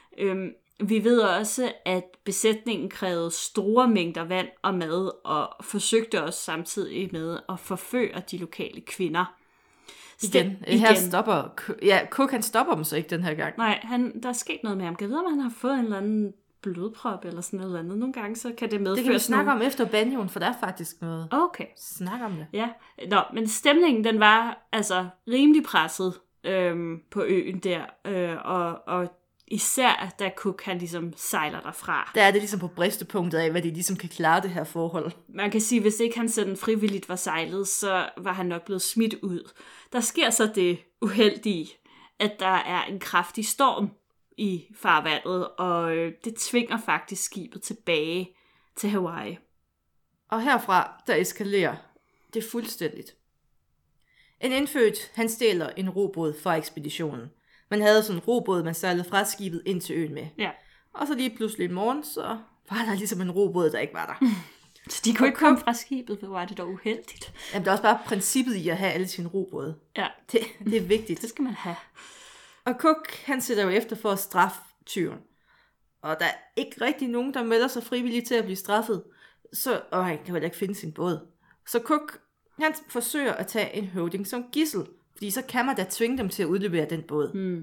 Vi ved også, at besætningen krævede store mængder vand og mad, og forsøgte også samtidig med at forføre de lokale kvinder. Igen. Her stopper... Ja, Cook han stopper dem så ikke den her gang. Nej, der er sket noget med ham. Kan jeg vide, om han har fået en eller anden blodprop eller sådan noget andet. Nogle gange så kan det medføre... Det kan vi snakke om efter banjoen, for der er faktisk noget. Okay. Snak om det. Ja. Nå, men stemningen den var altså rimelig presset på øen der. Og især da Cook han ligesom sejler derfra. Der er det ligesom på bristepunktet af, hvad de ligesom kan klare det her forhold. Man kan sige, hvis ikke han sådan frivilligt var sejlet, så var han nok blevet smidt ud. Der sker så det uheldige, at der er en kraftig storm i farvandet, og det tvinger faktisk skibet tilbage til Hawaii. Og herfra, der eskalerer det fuldstændigt. En indfødt, han stjæler en robåd fra ekspeditionen. Man havde sådan en robåd, man sejlede fra skibet ind til øen med. Ja. Og så lige pludselig en morgen, så var der ligesom en robåd, der ikke var der. Så de kunne ikke komme fra skibet, hvor var det dog uheldigt. Jamen, der er også bare princippet i at have alle sine robåde. Ja. Det er vigtigt. Det skal man have. Og Cook, han sætter jo efter for at straffe tyven. Og der er ikke rigtig nogen, der melder sig frivilligt til at blive straffet. Og han kan vel ikke finde sin båd. Så Cook, han forsøger at tage en høvding som gidsel. Fordi så kan man da tvinge dem til at udlevere den båd.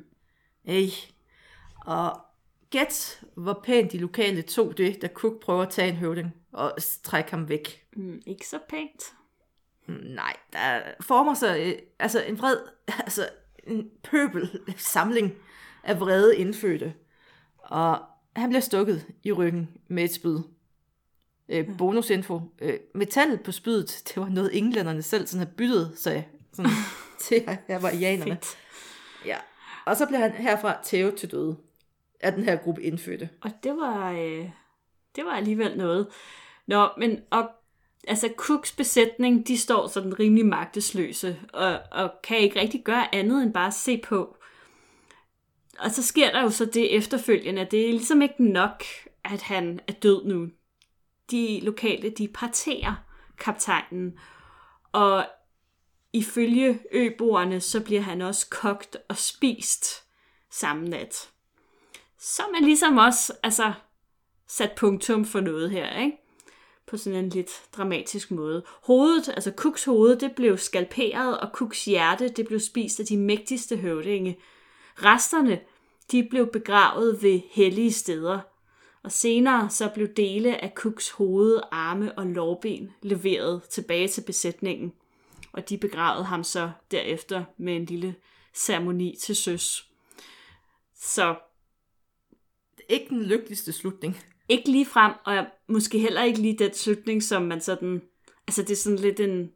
Og gæt, hvor pænt de lokale tog det, da Cook prøver at tage en høvding og trække ham væk. Ikke så pænt. Nej, der former sig en vred, en pøbel samling af vrede indfødte. Og han bliver stukket i ryggen med et spyd. Bonusinfo. Metallet på spydet, det var noget englænderne selv sådan havde byttet sig sådan, til hawaiianerne. Ja. Og så blev han herfra tævet til døde af den her gruppe indfødte. Og det var alligevel noget. Nå, men altså Cooks besætning, de står sådan rimelig magtesløse, og kan ikke rigtig gøre andet end bare se på. Og så sker der jo så det efterfølgende, at det er ligesom ikke nok, at han er død nu. De lokale, de parterer kaptajnen, og ifølge øboerne, så bliver han også kogt og spist samme nat. Så er man ligesom også sat punktum for noget her, ikke? På sådan en lidt dramatisk måde. Hovedet, altså Cooks hoved, det blev skalperet, og Cooks hjerte, det blev spist af de mægtigste høvdinge. Resterne, de blev begravet ved hellige steder, og senere så blev dele af Cooks hoved, arme og lårben leveret tilbage til besætningen, og de begravede ham så derefter med en lille ceremoni til søs. Så ikke den lykkeligste slutning. Ikke lige frem, og måske heller ikke lige den slutning, som man sådan... Altså, det er sådan lidt en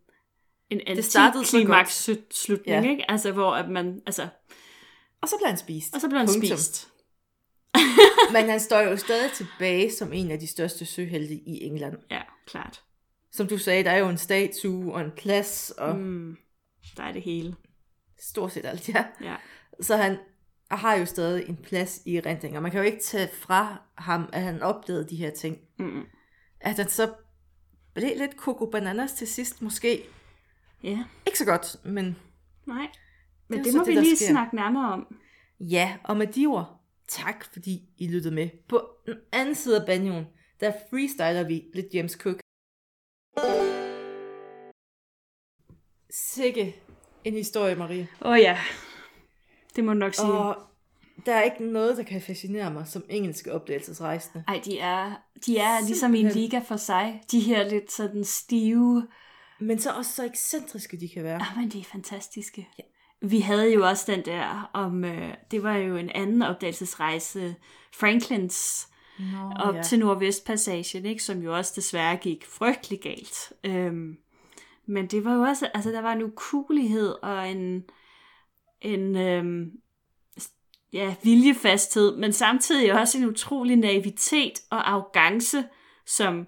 antiklimaks slutning, ja. Ikke? Altså, hvor at man... Altså, og så blev han spist. Og så blev han spist. Men han står jo stadig tilbage som en af de største søhelte i England. Ja, klart. Som du sagde, der er jo en statue og en plads. Og der er det hele. Stort set alt, ja. Så han har jo stadig en plads i erindringer. Man kan jo ikke tage fra ham, at han opdagede de her ting. At han så blev lidt Coco Bananas til sidst, måske. Ja. Ikke så godt, men... Nej, men det må vi lige snakke nærmere om. Ja, og med de ord, tak fordi I lyttede med. På den anden side af banjoen, der freestyler vi lidt James Cook. Sikke en historie, Marie. Ja, det må du nok sige. Og der er ikke noget, der kan fascinere mig som engelske opdagelsesrejsende. Ej, de er ligesom i en liga for sig. De her lidt sådan stive... Men så også så ekscentriske, de kan være. Ja, men de er fantastiske. Ja. Vi havde jo også den der om... det var jo en anden opdagelsesrejse. Franklins til Nordvestpassagen, ikke? Som jo også desværre gik frygtelig galt. Men det var jo også... Altså, der var en ukuelighed og en viljefasthed, men samtidig også en utrolig naivitet og arrogance, som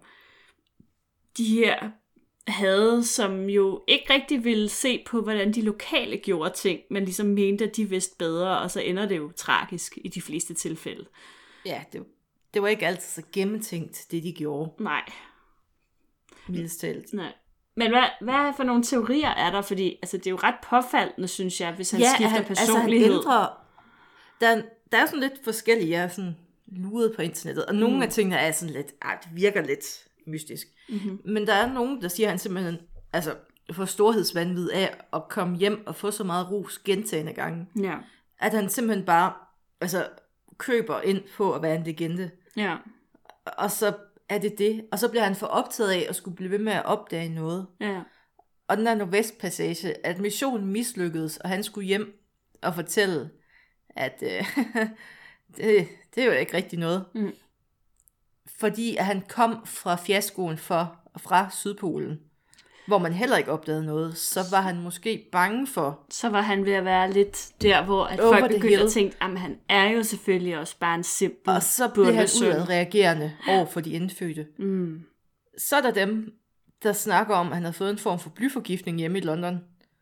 de her havde, som jo ikke rigtig ville se på, hvordan de lokale gjorde ting, men ligesom mente, at de vidste bedre, og så ender det jo tragisk i de fleste tilfælde. Ja, det var ikke altid så gennemtænkt, det de gjorde. Nej. Mildest talt. Nej. Men hvad for nogle teorier er der? Fordi altså, det er jo ret påfaldende, synes jeg, hvis han skifter personlighed. Altså, han ændrer... Der er sådan lidt forskellige, jeg er sådan luret på internettet, og nogle af tingene er sådan lidt, det virker lidt mystisk. Men der er nogen, der siger, at han simpelthen får storhedsvanvid af at komme hjem og få så meget ros gentagne gange. Ja. At han simpelthen bare køber ind på at være en legende. Ja. Og så er det. Og så bliver han for optaget af at skulle blive ved med at opdage noget. Ja. Og den der Nordvestpassage, at missionen mislykkedes, og han skulle hjem og fortælle, at det er jo ikke rigtig noget. Fordi at han kom fra fiaskoen fra Sydpolen, hvor man heller ikke opdagede noget, så var han måske bange for... Så var han ved at være lidt der, hvor at folk begyndte at tænke, at han er jo selvfølgelig også bare en simpel... Og så blev han udadreagerende over for de indfødte. Så er der dem, der snakker om, at han havde fået en form for blyforgiftning hjemme i London.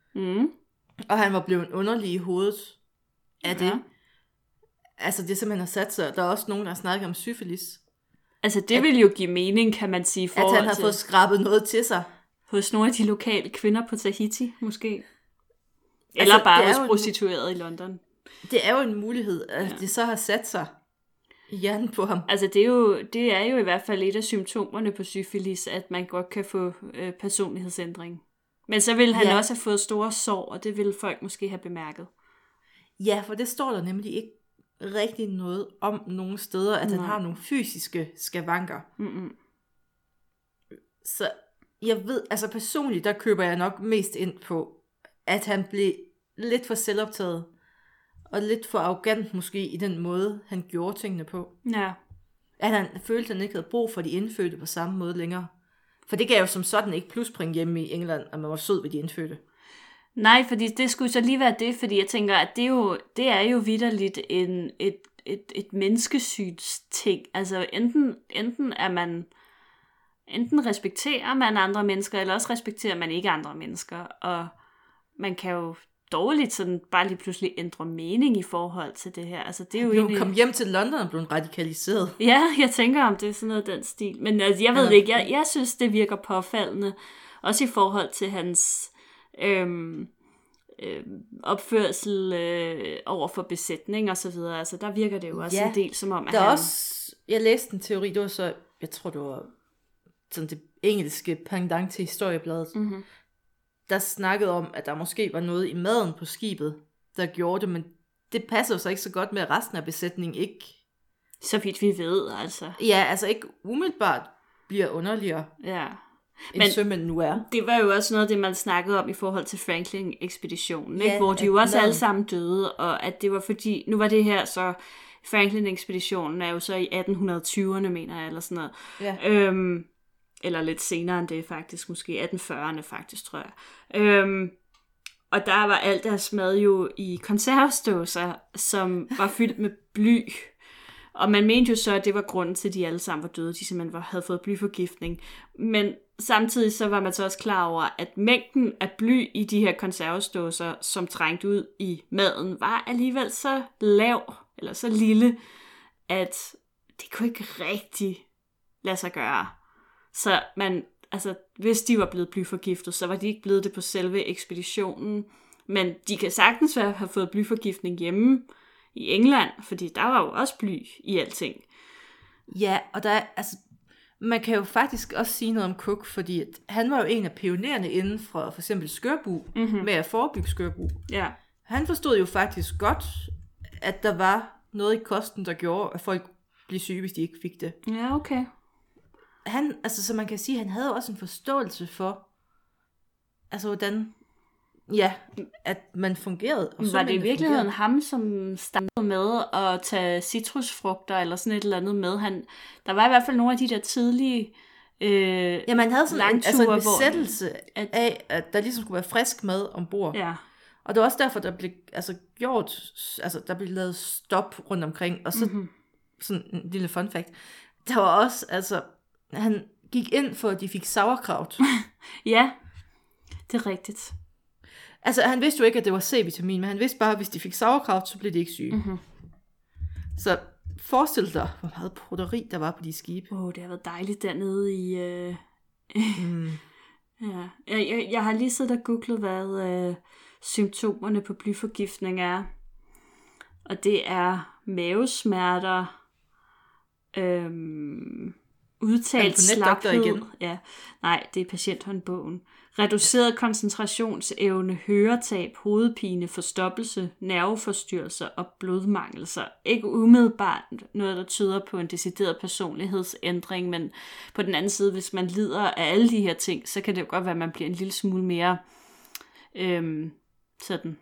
Og han var blevet underlig i hovedet af det. Altså det simpelthen har sat sig. Der er også nogen, der har snakket om syfilis. Altså det vil jo give mening, kan man sige. At han har fået skrabet noget til sig. Hos nogle af de lokale kvinder på Tahiti, måske. Eller bare hos prostituerede i London. Det er jo en mulighed, at det så har sat sig i hjernen på ham. Altså det er jo i hvert fald et af symptomerne på syfilis, at man godt kan få personlighedsændring. Men så vil han også have fået store sår, og det ville folk måske have bemærket. Ja, for det står der nemlig ikke rigtig noget om nogle steder, at han har nogle fysiske skavanker. Så jeg ved, altså personligt, der køber jeg nok mest ind på, at han blev lidt for selvoptaget, og lidt for arrogant måske i den måde, han gjorde tingene på. Ja. At han følte, at han ikke havde brug for de indfødte på samme måde længere. For det gav jo som sådan ikke pluspring hjemme i England, at man var sød ved de indfødte. Nej, fordi det skulle så lige være det, fordi jeg tænker, at det er jo vitterligt et menneskesynsting. Altså enten er man, enten respekterer man andre mennesker, eller også respekterer man ikke andre mennesker. Og man kan jo dårligt sådan bare lige pludselig ændre mening i forhold til det her. Altså, det er jo egentlig... kom hjem til London og blev radikaliseret. Ja, jeg tænker om det er sådan noget den stil. Men altså, jeg ved det ikke. Jeg synes, det virker påfaldende. Også i forhold til hans opførsel over for besætning og så videre. Altså, der virker det jo også en del som om, at han... Jeg læste en teori, det var så, jeg tror det var sådan det engelske pendant til historiebladet, der snakkede om, at der måske var noget i maden på skibet, der gjorde det, men det passer jo så ikke så godt med, at resten af besætningen ikke... Så vidt vi ved, altså. Ja, altså ikke umiddelbart bliver underligere, end sømænd nu er. Det var jo også noget af det, man snakkede om i forhold til Franklin-ekspeditionen, ikke? Hvor de jo også alle sammen døde, og at det var fordi... Nu var det her så... Franklin-ekspeditionen er jo så i 1820'erne, mener jeg, eller sådan noget. Ja. Eller lidt senere end det faktisk, måske 1840'erne faktisk, tror jeg. Og der var alt deres mad jo i konservesdåser, som var fyldt med bly. Og man mente jo så, at det var grunden til, at de alle sammen var døde. De simpelthen havde fået blyforgiftning. Men samtidig så var man så også klar over, at mængden af bly i de her konservesdåser, som trængte ud i maden, var alligevel så lav, eller så lille, at det kunne ikke rigtig lade sig gøre. Så man, altså, hvis de var blevet blyforgiftet, så var de ikke blevet det på selve ekspeditionen. Men de kan sagtens have fået blyforgiftning hjemme i England, fordi der var jo også bly i alting. Ja, og der er, altså, man kan jo faktisk også sige noget om Cook, fordi han var jo en af pionererne inden for eksempel skørbu, med at forebygge skørbu. Ja. Han forstod jo faktisk godt, at der var noget i kosten, der gjorde, at folk blev syge, hvis de ikke fik det. Ja, okay. Han, altså, så man kan sige, han havde også en forståelse for, altså, hvordan, ja, at man fungerede. Og var det i virkeligheden ham, som startede med at tage citrusfrugter, eller sådan et eller andet med? Der var i hvert fald nogle af de der tidlige ja, man havde sådan en besættelse af, at der ligesom skulle være frisk mad ombord. Ja. Og det var også derfor, der blev der blev lavet stop rundt omkring. Og så, sådan en lille fun fact, der var også, altså, han gik ind for, at de fik sauerkraut. Ja, det er rigtigt. Altså, han vidste jo ikke, at det var C-vitamin, men han vidste bare, at hvis de fik sauerkraut, så blev de ikke syge. Så forestil dig, hvor meget broderi der var på de skibe. Det har været dejligt dernede i... Ja. Jeg har lige siddet og googlet, hvad symptomerne på blyforgiftning er. Og det er mavesmerter, udtalt slaphed. Ja. Nej, det er patienthåndbogen. Reduceret koncentrationsevne, høretab, hovedpine, forstoppelse, nerveforstyrrelser og blodmangel. Så ikke umiddelbart noget, der tyder på en decideret personlighedsændring, men på den anden side, hvis man lider af alle de her ting, så kan det jo godt være, at man bliver en lille smule mere sådan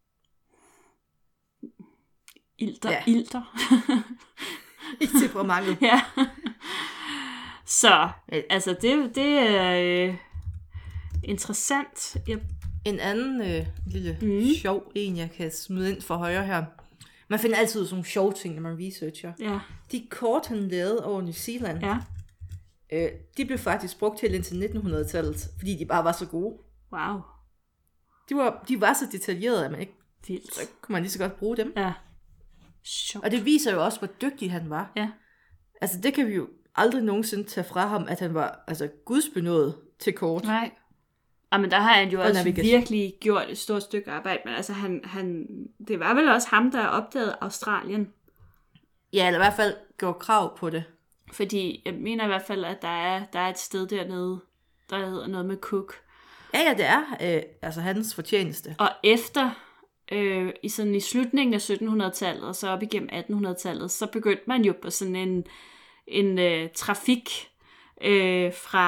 ilter. I temperamentet. Ja. Så, altså det er interessant. En anden lille sjov en, jeg kan smide ind for højre her. Man finder altid sådan nogle sjove ting, når man researcher. Ja. De kort, han lavede over New Zealand, de blev faktisk brugt helt indtil 1900-tallet, fordi de bare var så gode. Wow. De var så detaljerede, at man ikke... Vildt. Så kunne man lige så godt bruge dem. Ja. Sjovt. Og det viser jo også, hvor dygtig han var. Ja. Altså, det kan vi jo aldrig nogensinde tage fra ham, at han var gudsbenået til kort. Nej. Men der har han jo også virkelig gjort et stort stykke arbejde. Men altså, det var vel også ham, der opdagede Australien. Ja, eller i hvert fald gjorde krav på det. Fordi jeg mener i hvert fald, at der er et sted dernede, der hedder noget med Cook. Ja, det er hans fortjeneste. Og efter, i slutningen af 1700-tallet, og så op igennem 1800-tallet, så begyndte man jo på sådan en trafik fra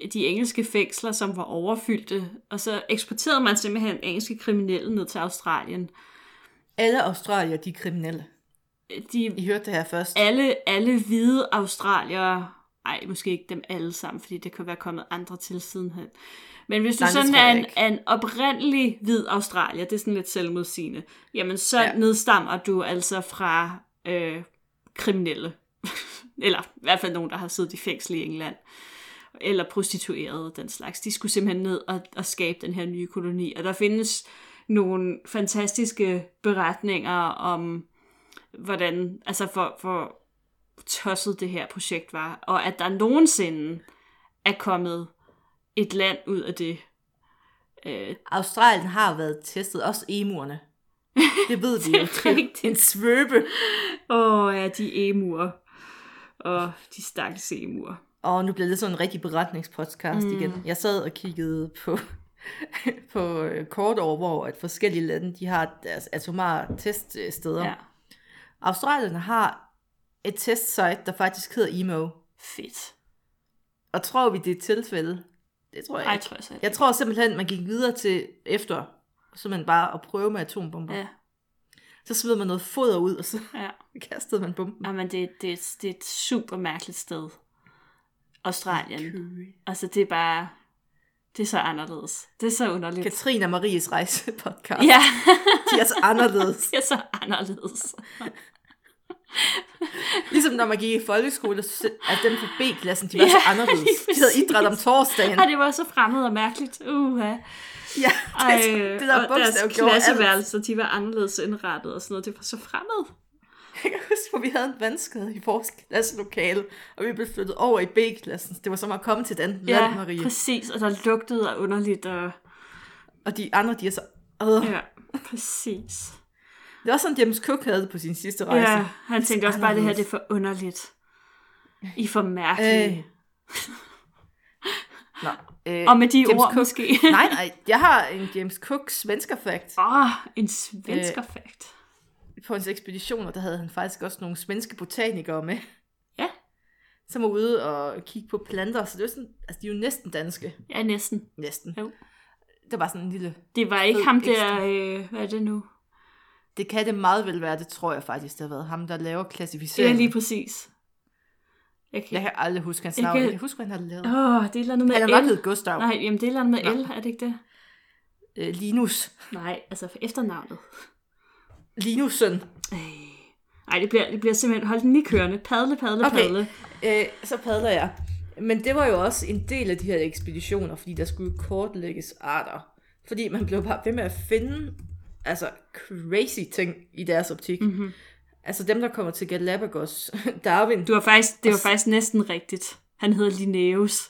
de engelske fængsler, som var overfyldte, og så eksporterede man simpelthen engelske kriminelle ned til Australien. Alle australier, de er kriminelle. I hørte det her først. Alle hvide australiere, måske ikke dem alle sammen, fordi det kan være kommet andre til sidenhen. Men hvis du sådan er en oprindelig hvid australier, det er sådan lidt selvmodsigende, jamen så nedstammer du altså fra kriminelle. Eller i hvert fald nogen, der har siddet i fængsel i England. Eller prostituerede den slags. De skulle simpelthen ned og skabe den her nye koloni. Og der findes nogle fantastiske beretninger om, hvordan, altså for tosset det her projekt var. Og at der nogensinde er kommet et land ud af det. Australien har været testet, også emuerne. Det ved vi jo. Rigtigt. En svøbe. Ja, de emuer. Og de stakkels emuer. Og nu bliver det sådan en rigtig beretningspodcast igen. Jeg sad og kiggede på kort over, hvor at forskellige lande, de har deres atomare teststeder. Ja. Australien har et testsite, der faktisk hedder Emo. Fedt. Og tror vi, det er et tilfælde? Det tror jeg ikke. Jeg tror simpelthen, man gik videre til efter, simpelthen bare at prøve med atombomber. Ja. Så smed man noget foder ud, og så kastede man bomben. Jamen, det er et super mærkeligt sted. Australien. Altså, det er bare... Det er så anderledes. Det er så underligt. Katrine og Maries rejsepodcast. Ja. De er så anderledes. De er så anderledes. Ligesom når man gik i folkeskole, at dem fra B-klassen, de var så anderledes. De havde idræt om torsdagen. Og det var så fremmed og mærkeligt. Ja, det der bogstav gjorde klasseværelser, de var anderledes indrettet og sådan noget. Det var så fremmed. Jeg kan huske, hvor vi havde en vandskade i vores klasselokale, og vi blev flyttet over i B-klassen. Det var som at komme til den land, Marie. Ja, præcis. Og der lugtede af underligt. Og de andre, de er så... Ja, præcis. Det var sådan, James Cook havde på sin sidste rejse. Ja, han tænkte også bare, at det her det er for underligt. I for mærkelige. Og med de James ord Cook, måske. nej, jeg har en James Cook svensker fact. En svensker fact. På hans ekspeditioner, der havde han faktisk også nogle svenske botanikere med. Ja. Som var ude og kigge på planter, så det var sådan, altså de er jo næsten danske. Ja, næsten. Jo. Det var sådan en lille... Det var ikke ham der, hvad er det nu? Det kan det meget vel være, det tror jeg faktisk, det har været ham, der laver klassificering. Ja, lige præcis. Jeg kan aldrig huske hans navn. Jeg kan huske, hvad han har lavet. Det er et eller andet med L. Han er nok heddet Gustav. Nej, jamen det er et eller andet med L, er det ikke det? Linus. Nej, altså for efternavnet. Linussen. Nej, det bliver simpelthen, hold den lige kørende. Padle. Så padler jeg. Men det var jo også en del af de her ekspeditioner, fordi der skulle kortlægges arter. Fordi man blev bare ved med at finde altså crazy ting i deres optik. Mm-hmm. Altså dem, der kommer til Galapagos, Darwin. Det var faktisk næsten rigtigt. Han hedder Linnaeus.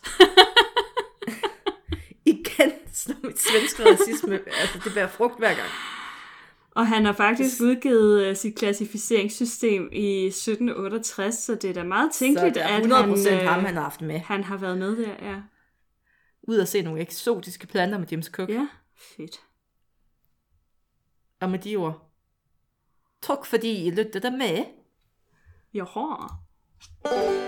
Igen, sådan mit svenske racisme. Altså, det bærer frugt hver gang. Og han har faktisk udgivet sit klassificeringssystem i 1768, så det er da meget tænkeligt, at 100% ham, han har haft med. Han har været med der, ja. Ud at se nogle eksotiske planter med James Cook. Ja, fedt. Og med de ord. Tak fordi I lyttede med. Jaha.